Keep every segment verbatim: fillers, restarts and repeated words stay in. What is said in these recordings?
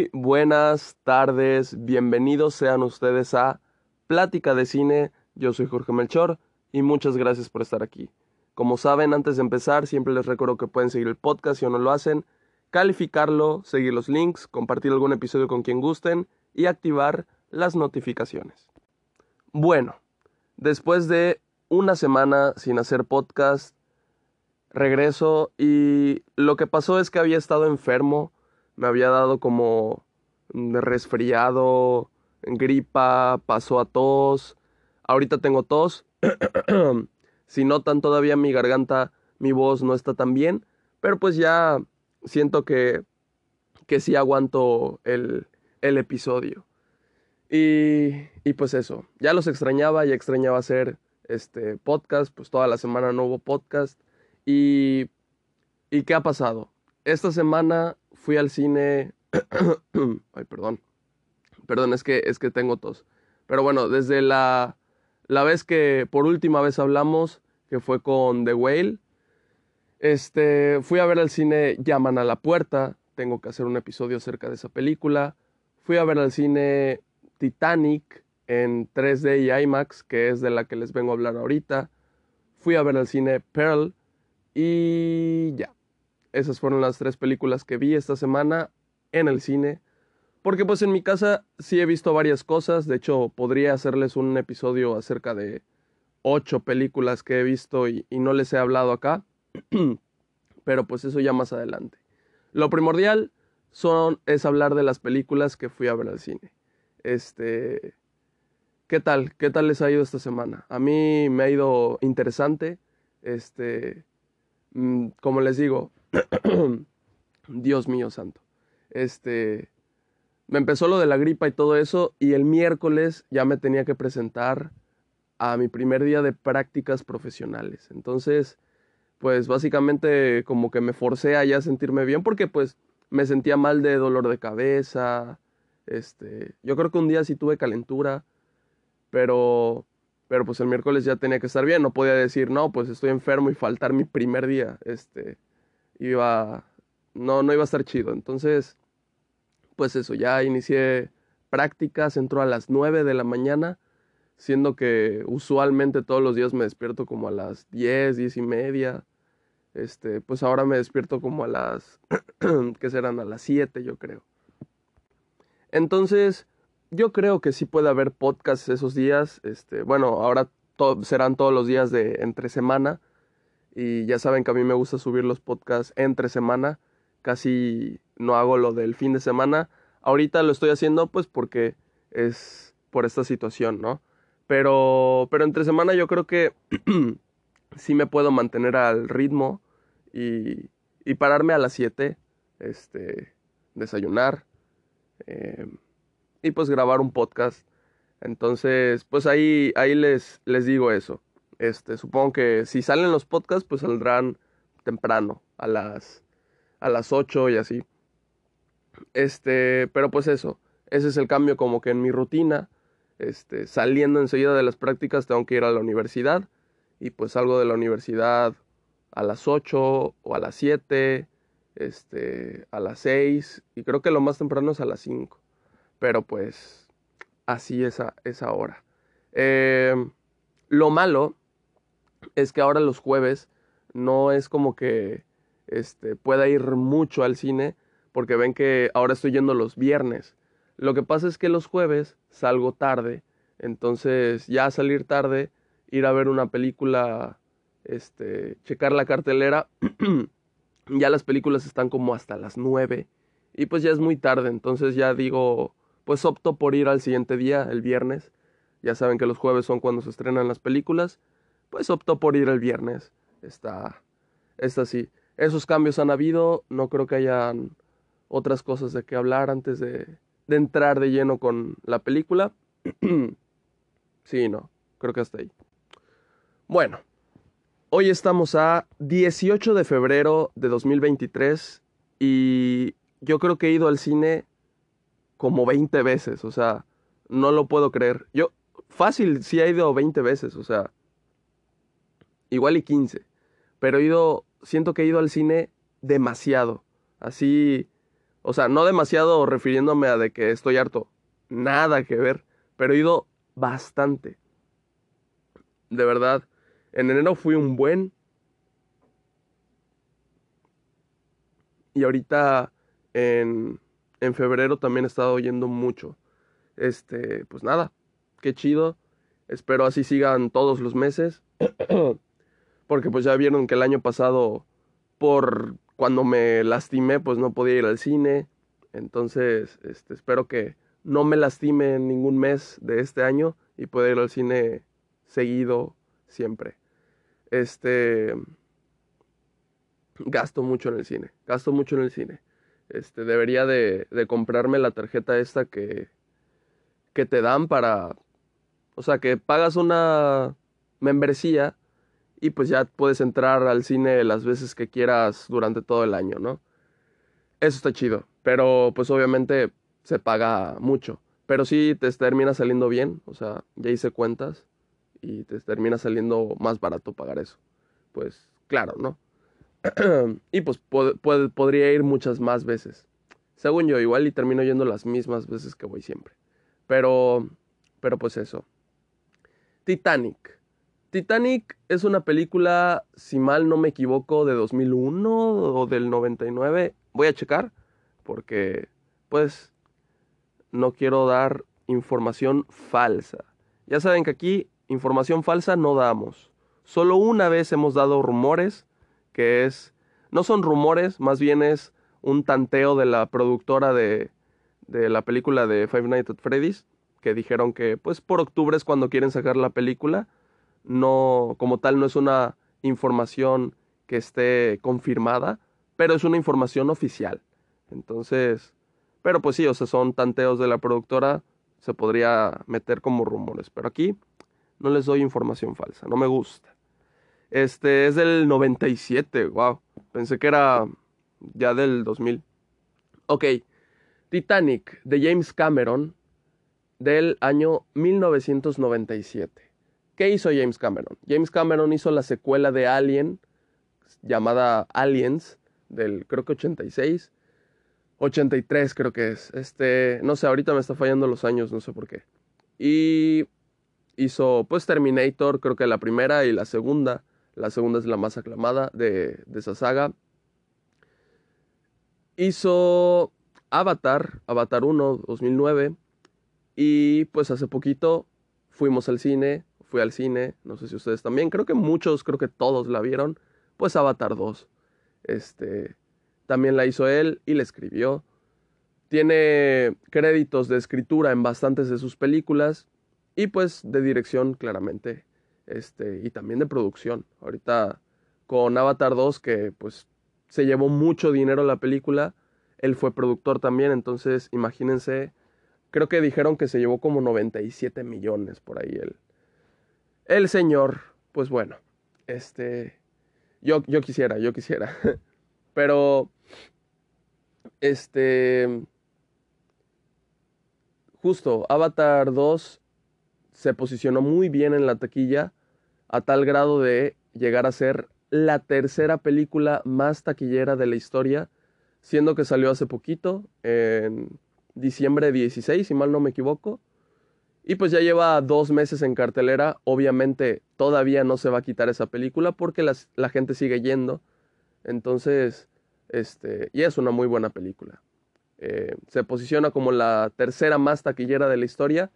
Muy buenas tardes, bienvenidos sean ustedes a Plática de Cine. Yo soy Jorge Melchor y muchas gracias por estar aquí. Como saben, antes de empezar, siempre les recuerdo que pueden seguir el podcast si aún no lo hacen, calificarlo, seguir los links, compartir algún episodio con quien gusten y activar las notificaciones. Bueno, después de una semana sin hacer podcast, regreso y lo que pasó es que había estado enfermo. Me había dado como resfriado, gripa, pasó a tos. Ahorita tengo tos. Si notan todavía mi garganta, mi voz no está tan bien. Pero pues ya siento que, que sí aguanto el, el episodio. Y, y pues eso, ya los extrañaba, ya extrañaba hacer este podcast. Pues toda la semana no hubo podcast. Y, ¿y qué ha pasado? Esta semana fui al cine. Ay, perdón. Perdón, es que, es que tengo tos. Pero bueno, desde la, la vez que por última vez hablamos, que fue con The Whale, este, fui a ver al cine Llaman a la Puerta. Tengo que hacer un episodio acerca de esa película. Fui a ver al cine Titanic en tres D y IMAX, que es de la que les vengo a hablar ahorita. Fui a ver al cine Pearl y ya. Esas fueron las tres películas que vi esta semana en el cine. Porque pues en mi casa sí he visto varias cosas. De hecho, podría hacerles un episodio acerca de ocho películas que he visto y, y no les he hablado acá. Pero pues eso ya más adelante. Lo primordial son, es hablar de las películas que fui a ver al cine. Este, ¿qué tal? ¿Qué tal les ha ido esta semana? A mí me ha ido interesante. Este, mm, como les digo, Dios mío santo. Este, me empezó lo de la gripa y todo eso y el miércoles ya me tenía que presentar a mi primer día de prácticas profesionales. Entonces, pues básicamente como que me forcé a ya sentirme bien porque pues me sentía mal de dolor de cabeza. Este, yo creo que un día sí tuve calentura, pero pero pues el miércoles ya tenía que estar bien, no podía decir, "No, pues estoy enfermo" y faltar mi primer día. Este, iba no no iba a estar chido. Entonces, pues eso, ya inicié prácticas, entro a las nueve de la mañana, siendo que usualmente todos los días me despierto como a las diez, diez y media. Este, pues ahora me despierto como a las, ¿qué serán? A las siete, yo creo. Entonces, yo creo que sí puede haber podcasts esos días. Este, bueno, ahora to- serán todos los días de entre semana. Y ya saben que a mí me gusta subir los podcasts entre semana. Casi no hago lo del fin de semana. Ahorita lo estoy haciendo pues porque es por esta situación, ¿no? Pero, pero entre semana yo creo que sí me puedo mantener al ritmo y, y pararme a las siete, este, desayunar eh, y pues grabar un podcast. Entonces, pues ahí, ahí les, les digo eso. Este, supongo que si salen los podcasts, pues saldrán temprano, a las, a las ocho y así. Este, pero pues eso, ese es el cambio como que en mi rutina. Este, saliendo enseguida de las prácticas tengo que ir a la universidad y pues salgo de la universidad a las ocho o a las siete, este, a las seis y creo que lo más temprano es a las cinco. Pero pues así es, a, es ahora. Eh, lo malo es que ahora los jueves no es como que este, pueda ir mucho al cine porque ven que ahora estoy yendo los viernes. Lo que pasa es que los jueves salgo tarde, entonces ya salir tarde, ir a ver una película, este, checar la cartelera, ya las películas están como hasta las nueve y pues ya es muy tarde, entonces ya digo, pues opto por ir al siguiente día, el viernes. Ya saben que los jueves son cuando se estrenan las películas, pues optó por ir el viernes. Está, está así. Esos cambios han habido, no creo que hayan otras cosas de qué hablar antes de, de entrar de lleno con la película. Sí, no, creo que hasta ahí. Bueno, hoy estamos a dieciocho de febrero de dos mil veintitrés y yo creo que he ido al cine como veinte veces, o sea, no lo puedo creer. Yo, fácil, sí he ido veinte veces, o sea, igual y quince, pero he ido, siento que he ido al cine demasiado, así O sea, no demasiado refiriéndome a de que estoy harto. Nada que ver. Pero he ido bastante. De verdad. En enero fui un buen. Y ahorita en, en febrero también he estado yendo mucho. Este, pues nada. Qué chido. Espero así sigan todos los meses. Porque pues ya vieron que el año pasado, por cuando me lastimé, pues no podía ir al cine. Entonces, este, espero que no me lastime en ningún mes de este año y pueda ir al cine seguido siempre. Este, gasto mucho en el cine, gasto mucho en el cine. Este, debería de, de comprarme la tarjeta esta que, que te dan para, o sea, que pagas una membresía y pues ya puedes entrar al cine las veces que quieras durante todo el año, ¿no? Eso está chido, pero pues obviamente se paga mucho, pero sí te termina saliendo bien, o sea, ya hice cuentas y te termina saliendo más barato pagar eso. Pues claro, ¿no? Y pues pod- pod- podría ir muchas más veces. Según yo, igual y termino yendo las mismas veces que voy siempre. Pero, pero pues eso. Titanic. Titanic es una película, si mal no me equivoco, de dos mil uno o del noventa y nueve. Voy a checar porque, pues, no quiero dar información falsa. Ya saben que aquí información falsa no damos. Solo una vez hemos dado rumores, que es, no son rumores, más bien es un tanteo de la productora de, de la película de Five Nights at Freddy's, que dijeron que, pues, por octubre es cuando quieren sacar la película. No, como tal, no es una información que esté confirmada, pero es una información oficial. Entonces, pero pues sí, o sea, son tanteos de la productora, se podría meter como rumores, pero aquí no les doy información falsa, no me gusta. Este es del noventa y siete, wow, pensé que era ya del dos mil. Ok, Titanic de James Cameron del año mil novecientos noventa y siete. ¿Qué hizo James Cameron? James Cameron hizo la secuela de Alien, llamada Aliens, del creo que ochenta y seis, ochenta y tres creo que es. Este, no sé, ahorita me está fallando los años, no sé por qué. Y hizo pues Terminator, creo que la primera y la segunda. La segunda es la más aclamada de, de esa saga. Hizo Avatar, Avatar uno, dos mil nueve. Y pues hace poquito fuimos al cine, fui al cine, no sé si ustedes también, creo que muchos, creo que todos la vieron, pues Avatar dos. Este, también la hizo él y la escribió. Tiene créditos de escritura en bastantes de sus películas y pues de dirección claramente, este, y también de producción. Ahorita con Avatar dos que pues se llevó mucho dinero la película, él fue productor también, entonces imagínense. Creo que dijeron que se llevó como noventa y siete millones por ahí el, el señor. Pues bueno, este, yo, yo quisiera, yo quisiera. Pero, este, justo, Avatar dos se posicionó muy bien en la taquilla a tal grado de llegar a ser la tercera película más taquillera de la historia, siendo que salió hace poquito, en diciembre dieciséis, si mal no me equivoco. Y pues ya lleva dos meses en cartelera. Obviamente todavía no se va a quitar esa película porque las- la gente sigue yendo. Entonces, este, y es una muy buena película. Eh, se posiciona como la tercera más taquillera de la historia.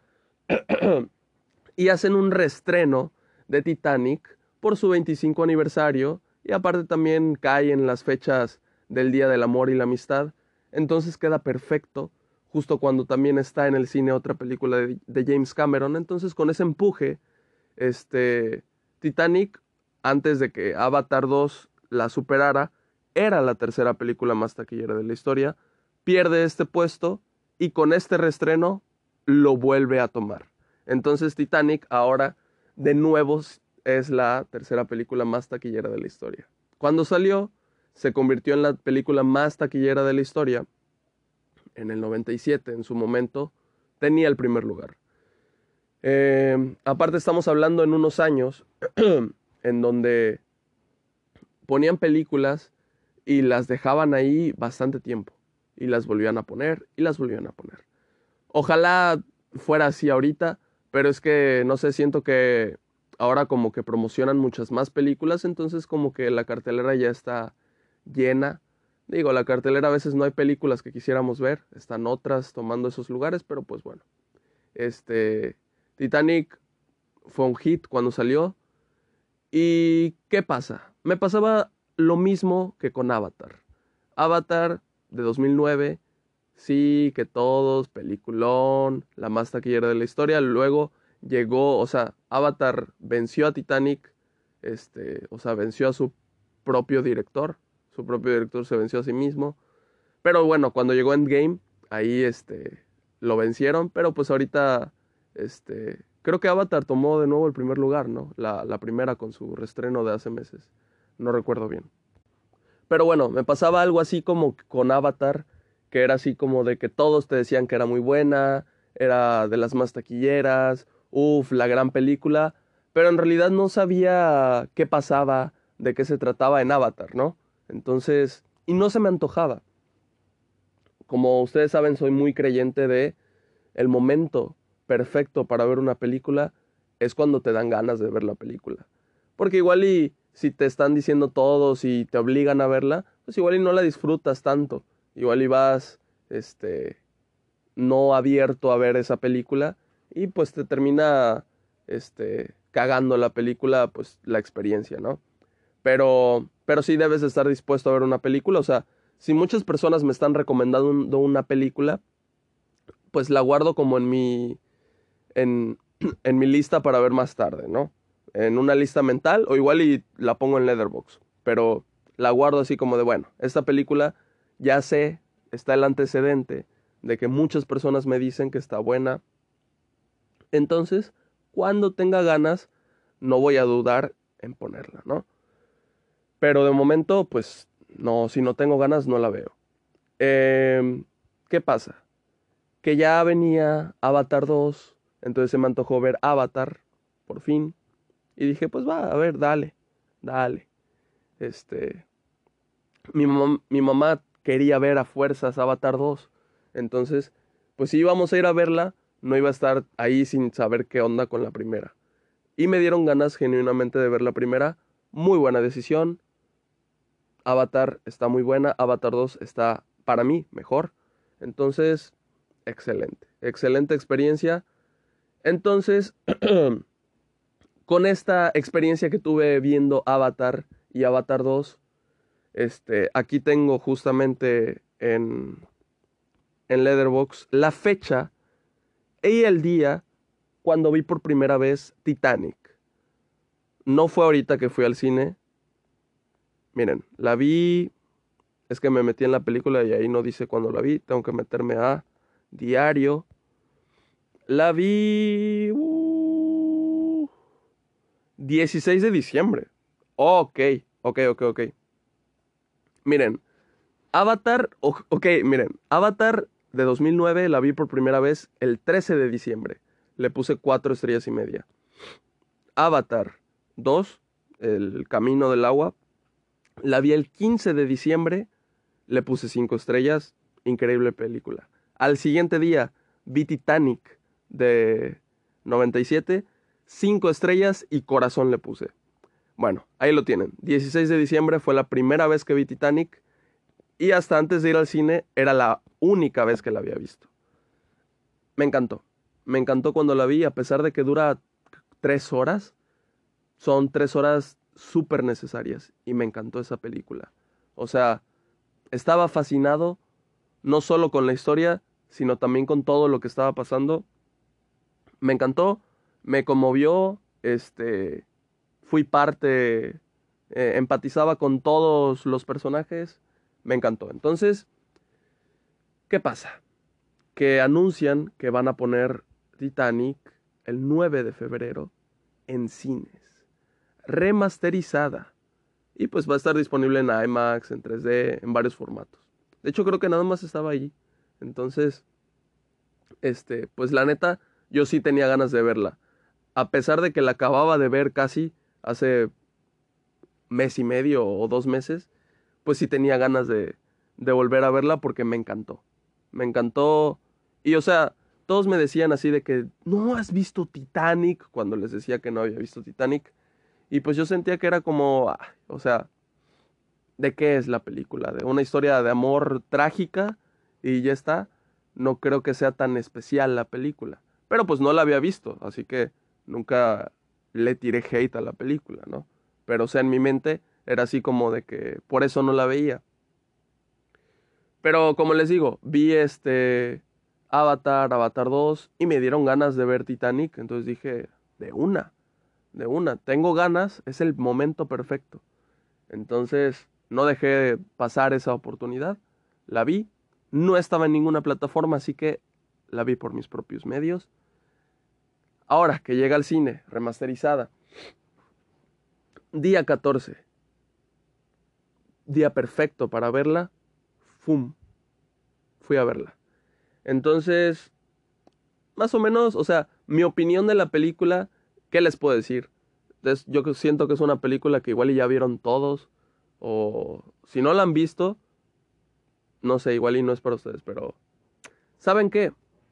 Y hacen un reestreno de Titanic por su veinticinco aniversario. Y aparte también cae en las fechas del Día del Amor y la Amistad. Entonces queda perfecto justo cuando también está en el cine otra película de, de James Cameron. Entonces, con ese empuje, este, Titanic, antes de que Avatar dos la superara, era la tercera película más taquillera de la historia, pierde este puesto y con este reestreno lo vuelve a tomar. Entonces, Titanic ahora de nuevo es la tercera película más taquillera de la historia. Cuando salió, se convirtió en la película más taquillera de la historia en el noventa y siete, en su momento, tenía el primer lugar. Eh, aparte estamos hablando en unos años en donde ponían películas y las dejaban ahí bastante tiempo. y las volvían a poner y las volvían a poner. Ojalá fuera así ahorita, pero es que no sé, siento que ahora como que promocionan muchas más películas, entonces como que la cartelera ya está llena. Digo, la cartelera a veces no hay películas que quisiéramos ver, están otras tomando esos lugares, pero pues bueno. Este, Titanic fue un hit cuando salió. ¿Y qué pasa? Me pasaba lo mismo que con Avatar. Avatar de dos mil nueve, sí, que todos, peliculón, la más taquillera de la historia. Luego llegó, o sea, Avatar venció a Titanic, este, o sea, venció a su propio director. Su propio director se venció a sí mismo. Pero bueno, cuando llegó Endgame, ahí este, lo vencieron. Pero pues ahorita, este, creo que Avatar tomó de nuevo el primer lugar, ¿no? La, la primera con su reestreno de hace meses. No recuerdo bien. Pero bueno, me pasaba algo así como con Avatar, que era así como de que todos te decían que era muy buena, era de las más taquilleras, uff, la gran película, pero en realidad no sabía qué pasaba, de qué se trataba en Avatar, ¿no? Entonces, y no se me antojaba. Como ustedes saben, soy muy creyente de el momento perfecto para ver una película es cuando te dan ganas de ver la película. Porque igual y si te están diciendo todos y te obligan a verla, pues igual y no la disfrutas tanto. Igual y vas, este, no abierto a ver esa película y pues te termina, este, cagando la película, pues la experiencia, ¿no? Pero, pero sí debes de estar dispuesto a ver una película. O sea, si muchas personas me están recomendando una película, pues la guardo como en mi, en, en mi lista para ver más tarde, ¿no? En una lista mental o igual y la pongo en Letterboxd, pero la guardo así como de, bueno, esta película ya sé, está el antecedente de que muchas personas me dicen que está buena. Entonces, cuando tenga ganas, no voy a dudar en ponerla, ¿no? Pero de momento, pues, no, si no tengo ganas, no la veo. Eh, ¿Qué pasa? Que ya venía Avatar dos, entonces se me antojó ver Avatar, por fin. Y dije, pues va, a ver, dale, dale. Este, mi mamá, mi mamá quería ver a fuerzas Avatar dos. Entonces, pues si íbamos a ir a verla, no iba a estar ahí sin saber qué onda con la primera. Y me dieron ganas genuinamente de ver la primera. Muy buena decisión. Avatar está muy buena. Avatar dos está, para mí, mejor. Entonces, excelente. Excelente experiencia. Entonces, con esta experiencia que tuve viendo Avatar y Avatar dos, este, aquí tengo justamente en, en Letterboxd la fecha y el día cuando vi por primera vez Titanic. No fue ahorita que fui al cine. Miren, la vi, es que me metí en la película y ahí no dice cuándo la vi. Tengo que meterme a diario. La vi uh, dieciséis de diciembre. Ok, ok, ok, ok. Miren, Avatar, o- ok, miren, Avatar de dos mil nueve la vi por primera vez el trece de diciembre. Le puse cuatro estrellas y media. Avatar dos, El Camino del Agua, la vi el quince de diciembre, le puse cinco estrellas. Increíble película. Al siguiente día vi Titanic de noventa y siete, cinco estrellas y corazón le puse. Bueno, ahí lo tienen. dieciséis de diciembre fue la primera vez que vi Titanic. Y hasta antes de ir al cine era la única vez que la había visto. Me encantó. Me encantó cuando la vi, a pesar de que dura tres horas. Son tres horas súper necesarias. Y me encantó esa película. O sea, estaba fascinado no solo con la historia, sino también con todo lo que estaba pasando. Me encantó, me conmovió, este, fui parte, eh, empatizaba con todos los personajes. Me encantó. Entonces, ¿qué pasa? Que anuncian que van a poner Titanic el nueve de febrero en cines, remasterizada. Y pues va a estar disponible en IMAX, en tres D, en varios formatos. De hecho, creo que nada más estaba ahí. Entonces, este, pues la neta, yo sí tenía ganas de verla. A pesar de que la acababa de ver casi hace mes y medio o dos meses, pues sí tenía ganas de, de volver a verla porque me encantó. Me encantó. Y o sea, todos me decían así de que no has visto Titanic cuando les decía que no había visto Titanic. Y pues yo sentía que era como, ah, o sea, ¿de qué es la película? ¿De una historia de amor trágica? Y ya está. No creo que sea tan especial la película. Pero pues no la había visto, así que nunca le tiré hate a la película, ¿no? Pero o sea, en mi mente era así como de que por eso no la veía. Pero como les digo, vi este Avatar, Avatar dos y me dieron ganas de ver Titanic, entonces dije, de una, de una, tengo ganas, es el momento perfecto. Entonces no dejé pasar esa oportunidad, la vi, no estaba en ninguna plataforma, así que la vi por mis propios medios. Ahora que llega al cine, remasterizada, día catorce, día perfecto para verla, ¡fum! Fui a verla. Entonces, más o menos, o sea, mi opinión de la película, ¿qué les puedo decir? Es- yo siento que es una película que igual y ya vieron todos, o si no la han visto, no sé, igual y no es para ustedes, pero ¿saben qué?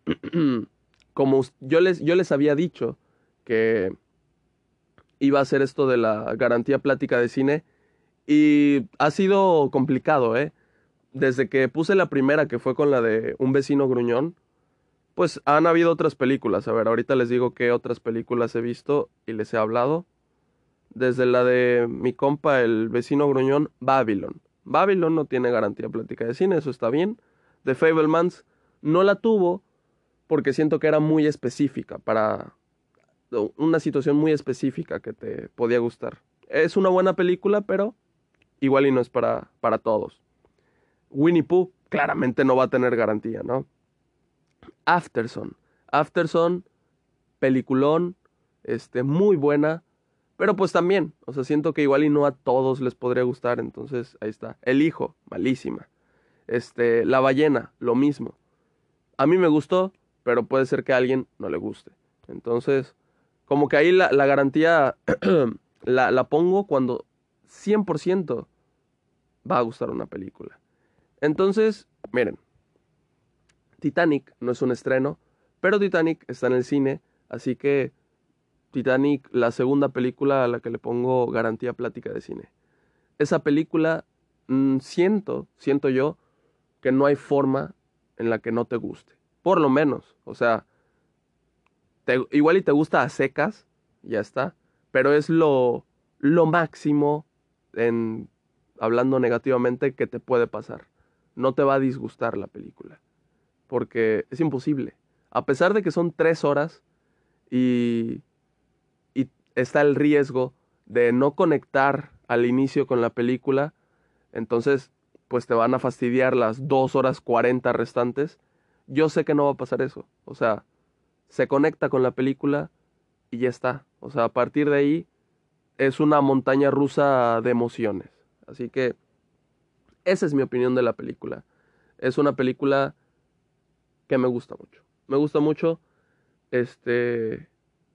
Como us- yo les, yo les había dicho que iba a hacer esto de la garantía plática de cine, y ha sido complicado, ¿eh? Desde que puse la primera, que fue con la de Un vecino gruñón, pues han habido otras películas. A ver, ahorita les digo qué otras películas he visto y les he hablado. Desde la de mi compa, el vecino gruñón, Babylon. Babylon no tiene garantía plática de cine, eso está bien. The Fablemans no la tuvo porque siento que era muy específica para una situación muy específica que te podía gustar. Es una buena película, pero igual y no es para, para todos. Winnie Pooh claramente no va a tener garantía, ¿no? Afterson. Afterson, peliculón, este, muy buena, pero pues también, o sea, siento que igual y no a todos les podría gustar, entonces ahí está. El hijo, malísima. Este, La ballena, lo mismo. A mí me gustó, pero puede ser que a alguien no le guste. Entonces, como que ahí la, la garantía la, la pongo cuando cien por ciento va a gustar una película. Entonces, miren, Titanic no es un estreno, pero Titanic está en el cine, así que Titanic, la segunda película a la que le pongo garantía plática de cine. Esa película, mmm, siento, siento yo, que no hay forma en la que no te guste. Por lo menos, o sea, te- igual y te gusta a secas, ya está, pero es lo, lo máximo en, hablando negativamente, que te puede pasar. No te va a disgustar la película, porque es imposible. A pesar de que son tres horas y y está el riesgo de no conectar al inicio con la película, entonces pues te van a fastidiar las dos horas cuarenta restantes. Yo sé que no va a pasar eso, o sea, se conecta con la película y ya está. O sea, a partir de ahí es una montaña rusa de emociones. Así que esa es mi opinión de la película. Es una película que me gusta mucho. Me gusta mucho, este,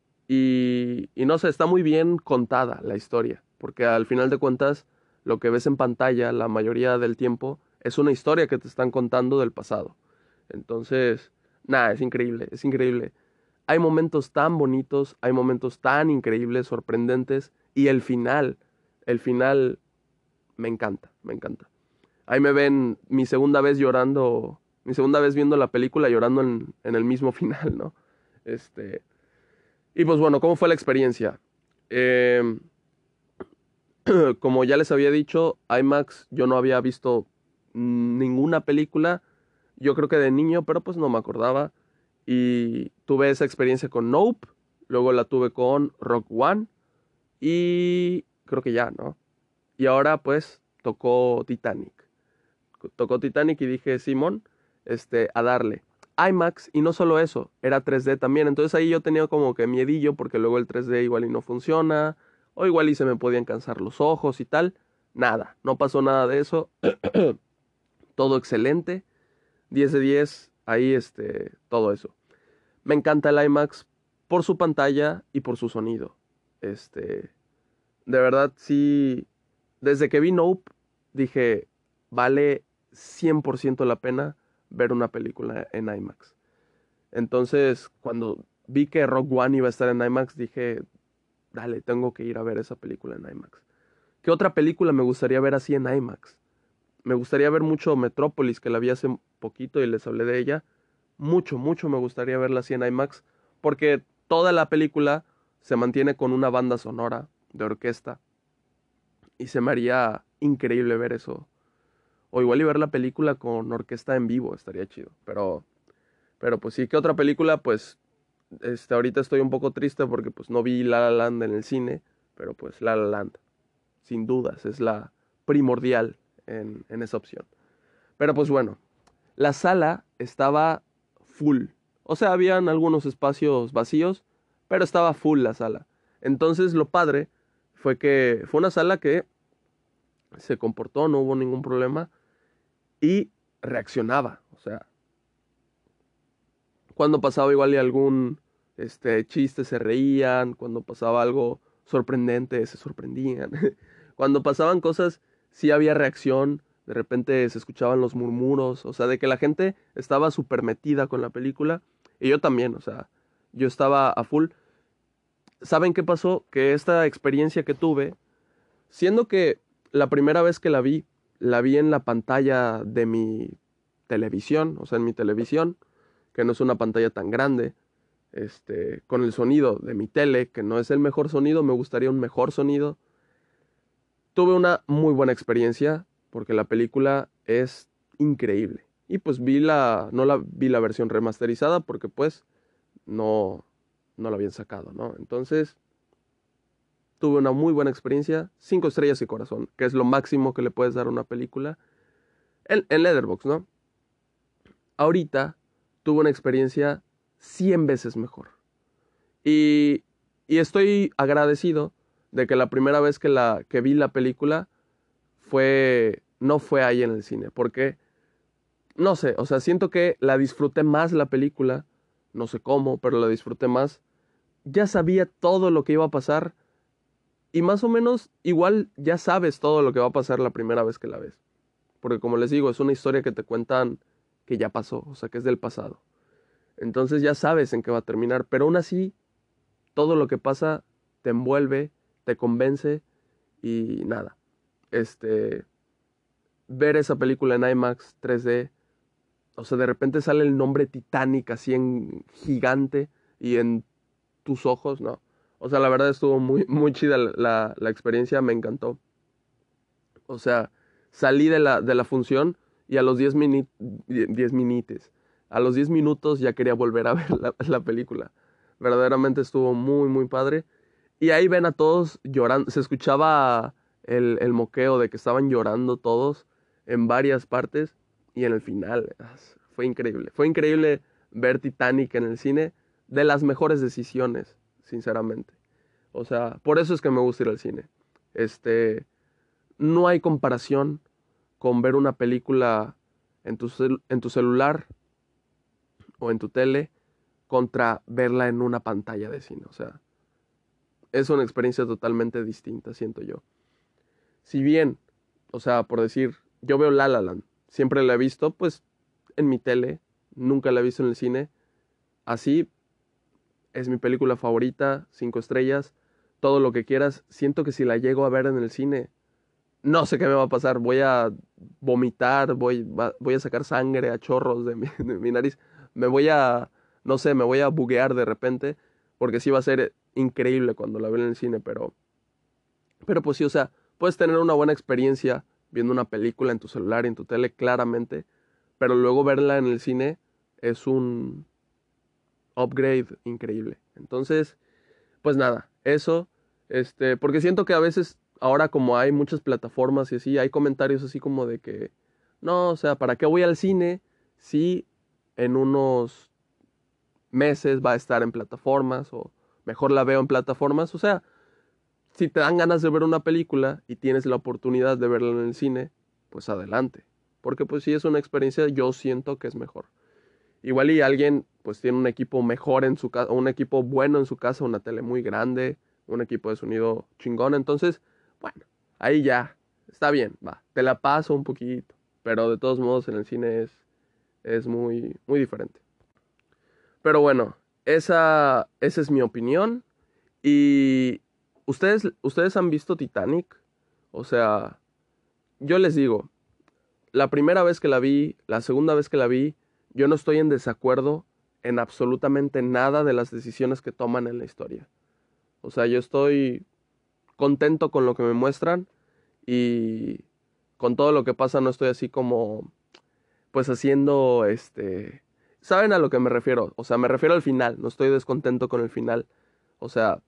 Y, y no sé, está muy bien contada la historia, porque al final de cuentas lo que ves en pantalla la mayoría del tiempo es una historia que te están contando del pasado. Entonces, nada, es increíble, es increíble. Hay momentos tan bonitos, hay momentos tan increíbles, sorprendentes, y el final, el final me encanta, me encanta. Ahí me ven mi segunda vez llorando, mi segunda vez viendo la película llorando en, en el mismo final, ¿no? Este, y pues bueno, ¿cómo fue la experiencia? Eh, como ya les había dicho, IMAX yo no había visto mm, ninguna película, yo creo que de niño, pero pues no me acordaba. Y tuve esa experiencia con Nope, luego la tuve con Rock One y creo que ya, ¿no? Y ahora pues tocó Titanic. Tocó Titanic y dije, Simón, este, a darle. IMAX, y no solo eso, era tres D también. Entonces ahí yo tenía como que miedillo porque luego el tres D igual y no funciona, o igual y se me podían cansar los ojos y tal. Nada, no pasó nada de eso. Todo excelente. Diez de diez, ahí este, todo eso. Me encanta el IMAX por su pantalla y por su sonido. Este, de verdad sí, desde que vi Nope, dije, vale cien por ciento la pena ver una película en IMAX. Entonces, cuando vi que Rogue One iba a estar en IMAX, dije, dale, tengo que ir a ver esa película en IMAX. ¿Qué otra película me gustaría ver así en IMAX? Me gustaría ver mucho Metrópolis, que la vi hace poquito y les hablé de ella. Mucho, mucho me gustaría verla así en IMAX, porque toda la película se mantiene con una banda sonora de orquesta y se me haría increíble ver eso. O igual y ver la película con orquesta en vivo, estaría chido. Pero, pero pues sí, ¿qué otra película? Pues este, ahorita estoy un poco triste porque pues no vi La La Land en el cine, pero pues La La Land, sin dudas, es la primordial en, en esa opción. Pero pues bueno, la sala estaba full. O sea, habían algunos espacios vacíos, pero estaba full la sala. Entonces lo padre fue que fue una sala que se comportó, no hubo ningún problema y reaccionaba. O sea, cuando pasaba igual y algún este, chiste se reían, cuando pasaba algo sorprendente se sorprendían. Cuando pasaban cosas sí había reacción, de repente se escuchaban los murmuros, o sea, de que la gente estaba súper metida con la película y yo también, o sea, yo estaba a full. ¿Saben qué pasó? Que esta experiencia que tuve, siendo que la primera vez que la vi, la vi en la pantalla de mi televisión, o sea, en mi televisión, que no es una pantalla tan grande, este, con el sonido de mi tele, que no es el mejor sonido, me gustaría un mejor sonido. Tuve una muy buena experiencia porque la película es increíble. Y pues vi la, no la vi la versión remasterizada porque pues no, no la habían sacado, ¿no? Entonces tuve una muy buena experiencia, cinco estrellas y corazón, que es lo máximo que le puedes dar a una película en, en Letterboxd, ¿no? Ahorita tuve una experiencia cien veces mejor. Y, y estoy agradecido de que la primera vez que, la, que vi la película fue, no fue ahí en el cine, porque, no sé, o sea, siento que la disfruté más la película, no sé cómo, pero la disfruté más. Ya sabía todo lo que iba a pasar y más o menos igual ya sabes todo lo que va a pasar la primera vez que la ves. Porque como les digo, es una historia que te cuentan que ya pasó, o sea, que es del pasado. Entonces ya sabes en qué va a terminar, pero aún así, todo lo que pasa te envuelve, te convence y nada. Este, ver esa película en IMAX tres D, o sea, de repente sale el nombre Titanic así en gigante y en tus ojos, ¿no? O sea, la verdad estuvo muy, muy chida la, la experiencia, me encantó. O sea, salí de la, de la función y a los diez mini, diez minites, a los diez minutos ya quería volver a ver la, la película. Verdaderamente estuvo muy, muy padre. Y ahí ven a todos llorando. Se escuchaba el, el moqueo de que estaban llorando todos en varias partes. Y en el final, fue increíble. Fue increíble ver Titanic en el cine. De las mejores decisiones, sinceramente. O sea, por eso es que me gusta ir al cine. Este, no hay comparación con ver una película en tu, cel- en tu celular o en tu tele contra verla en una pantalla de cine. O sea, es una experiencia totalmente distinta, siento yo. Si bien, o sea, por decir, yo veo La La Land, siempre la he visto, pues, en mi tele, nunca la he visto en el cine. Así, es mi película favorita, cinco estrellas, todo lo que quieras. Siento que si la llego a ver en el cine, no sé qué me va a pasar. Voy a vomitar, voy, va- voy a sacar sangre a chorros de mi, de mi nariz. Me voy a, no sé, me voy a buguear de repente, porque sí va a ser increíble cuando la veo en el cine, pero Pero pues sí, o sea, puedes tener una buena experiencia viendo una película en tu celular y en tu tele, claramente, pero luego verla en el cine es un upgrade increíble. Entonces, pues nada, eso, este, porque siento que a veces, ahora como hay muchas plataformas y así, hay comentarios así como de que, no, o sea, ¿para qué voy al cine si en unos meses va a estar en plataformas o mejor la veo en plataformas? O sea, si te dan ganas de ver una película y tienes la oportunidad de verla en el cine, pues adelante. Porque pues si es una experiencia, yo siento que es mejor. Igual y alguien pues tiene un equipo mejor en su casa, un equipo bueno en su casa, una tele muy grande, un equipo de sonido chingón. Entonces, bueno, ahí ya, está bien, va, te la paso un poquito. pero de todos modos en el cine es, es muy, muy diferente. Pero bueno, esa, esa es mi opinión. Y ustedes, ustedes han visto Titanic, o sea, yo les digo, la primera vez que la vi, la segunda vez que la vi, yo no estoy en desacuerdo en absolutamente nada de las decisiones que toman en la historia. O sea, yo estoy contento con lo que me muestran y con todo lo que pasa no estoy así como, pues haciendo, este, ¿saben a lo que me refiero? O sea, me refiero al final, no estoy descontento con el final. O sea,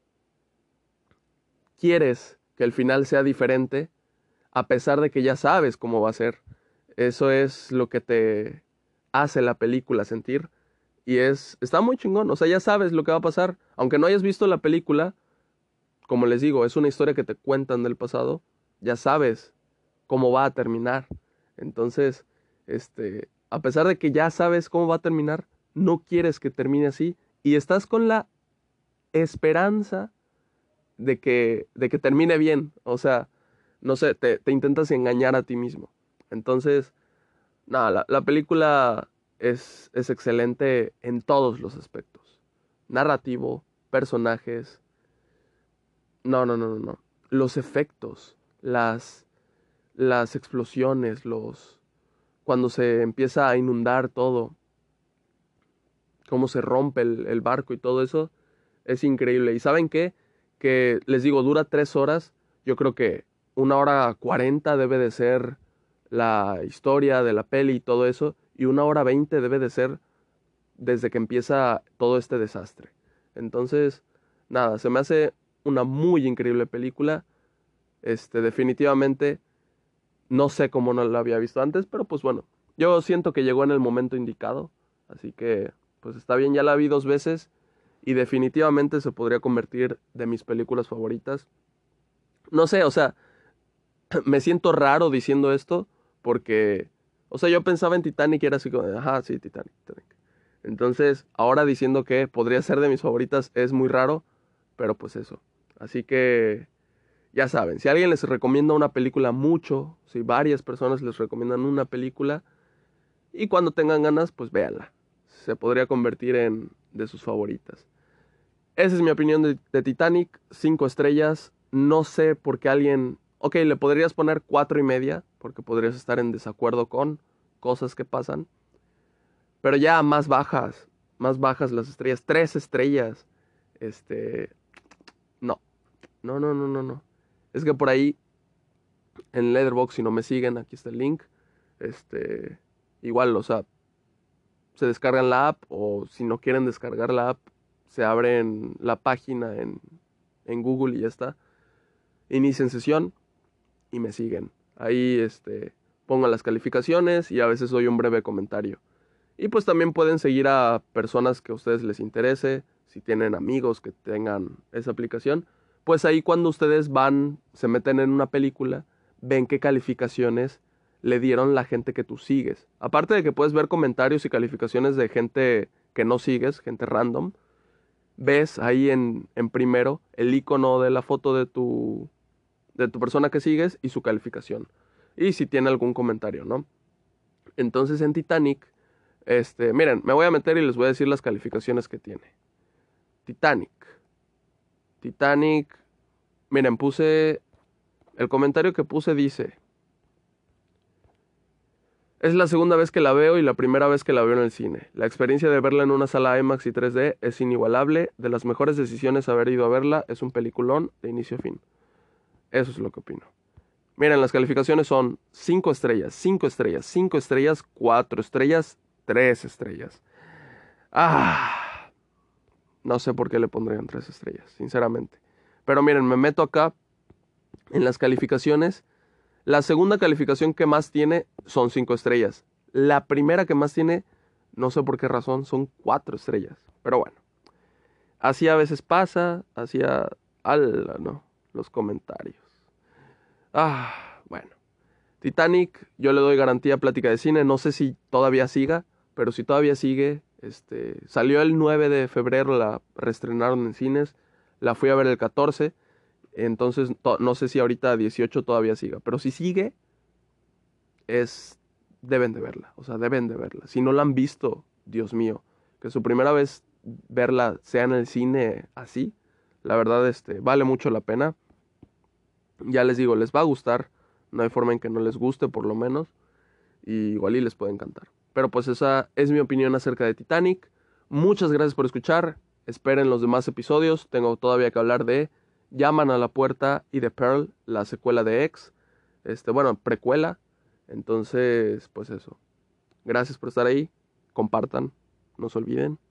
quieres que el final sea diferente a pesar de que ya sabes cómo va a ser. Eso es lo que te hace la película sentir. Y es, está muy chingón. O sea, ya sabes lo que va a pasar. Aunque no hayas visto la película, como les digo, es una historia que te cuentan del pasado. Ya sabes cómo va a terminar. Entonces, este, a pesar de que ya sabes cómo va a terminar, no quieres que termine así. Y estás con la esperanza de que, de que termine bien. O sea, no sé, te, te intentas engañar a ti mismo. Entonces, nada, la, la película es, es excelente en todos los aspectos. Narrativo, personajes. No, no, no, no, no. Los efectos, las, las explosiones, los... cuando se empieza a inundar todo, cómo se rompe el, el barco y todo eso, es increíble. ¿Y saben qué? Que les digo, dura tres horas. Yo creo que una hora cuarenta debe de ser la historia de la peli y todo eso. Y una hora veinte debe de ser desde que empieza todo este desastre. Entonces, nada, se me hace una muy increíble película. Este, definitivamente, no sé cómo no la había visto antes, pero pues bueno, yo siento que llegó en el momento indicado. Así que, pues está bien, ya la vi dos veces y definitivamente se podría convertir de mis películas favoritas. No sé, o sea, me siento raro diciendo esto porque, o sea, yo pensaba en Titanic y era así como, de, ajá, sí, Titanic, Titanic. Entonces, ahora diciendo que podría ser de mis favoritas es muy raro, pero pues eso. Así que, ya saben, si alguien les recomienda una película mucho, si varias personas les recomiendan una película, y cuando tengan ganas, pues véanla. Se podría convertir en de sus favoritas. Esa es mi opinión de, de Titanic, cinco estrellas. No sé por qué alguien... Ok, le podrías poner cuatro y media, porque podrías estar en desacuerdo con cosas que pasan. Pero ya más bajas, más bajas las estrellas, tres estrellas. Este... No, no, no, no, no, no. Es que por ahí, en Letterboxd, si no me siguen, aquí está el link. Este... Igual, o sea, se descargan la app o si no quieren descargar la app, se abren la página en, en Google y ya está. Inician sesión y me siguen. Ahí este, pongo las calificaciones y a veces doy un breve comentario. Y pues también pueden seguir a personas que a ustedes les interese, si tienen amigos que tengan esa aplicación. Pues ahí cuando ustedes van, se meten en una película, ven qué calificaciones le dieron la gente que tú sigues. Aparte de que puedes ver comentarios y calificaciones de gente que no sigues, gente random, ves ahí en, en primero el icono de la foto de tu, de tu persona que sigues y su calificación. Y si tiene algún comentario, ¿no? Entonces en Titanic, este, miren, me voy a meter y les voy a decir las calificaciones que tiene. Titanic. Titanic. Miren, puse... El comentario que puse dice... Es la segunda vez que la veo y la primera vez que la veo en el cine. La experiencia de verla en una sala IMAX y tres D es inigualable. De las mejores decisiones haber ido a verla. Es un peliculón de inicio a fin. Eso es lo que opino. Miren, las calificaciones son cinco estrellas, cinco estrellas, cinco estrellas, cuatro estrellas, tres estrellas. Ah, no sé por qué le pondrían tres estrellas, sinceramente. Pero miren, me meto acá en las calificaciones. La segunda calificación que más tiene son cinco estrellas. La primera que más tiene, no sé por qué razón, son cuatro estrellas. Pero bueno, así a veces pasa, así a... Ala, no, los comentarios. Ah, bueno. Titanic, yo le doy garantía a Plática de Cine. No sé si todavía siga, pero si todavía sigue, este, salió el nueve de febrero, la reestrenaron en cines. La fui a ver el catorce. Entonces, to- no sé si ahorita dieciocho todavía siga. Pero si sigue, es deben de verla, o sea, deben de verla. Si no la han visto, Dios mío, que su primera vez verla sea en el cine así, la verdad, este, vale mucho la pena. Ya les digo, les va a gustar, no hay forma en que no les guste, por lo menos, y igual y les puede encantar. Pero pues esa es mi opinión acerca de Titanic. Muchas gracias por escuchar, esperen los demás episodios, tengo todavía que hablar de Llaman a la puerta y de Pearl, la secuela de X, este, bueno, precuela. Entonces, pues eso. Gracias por estar ahí. Compartan. No se olviden.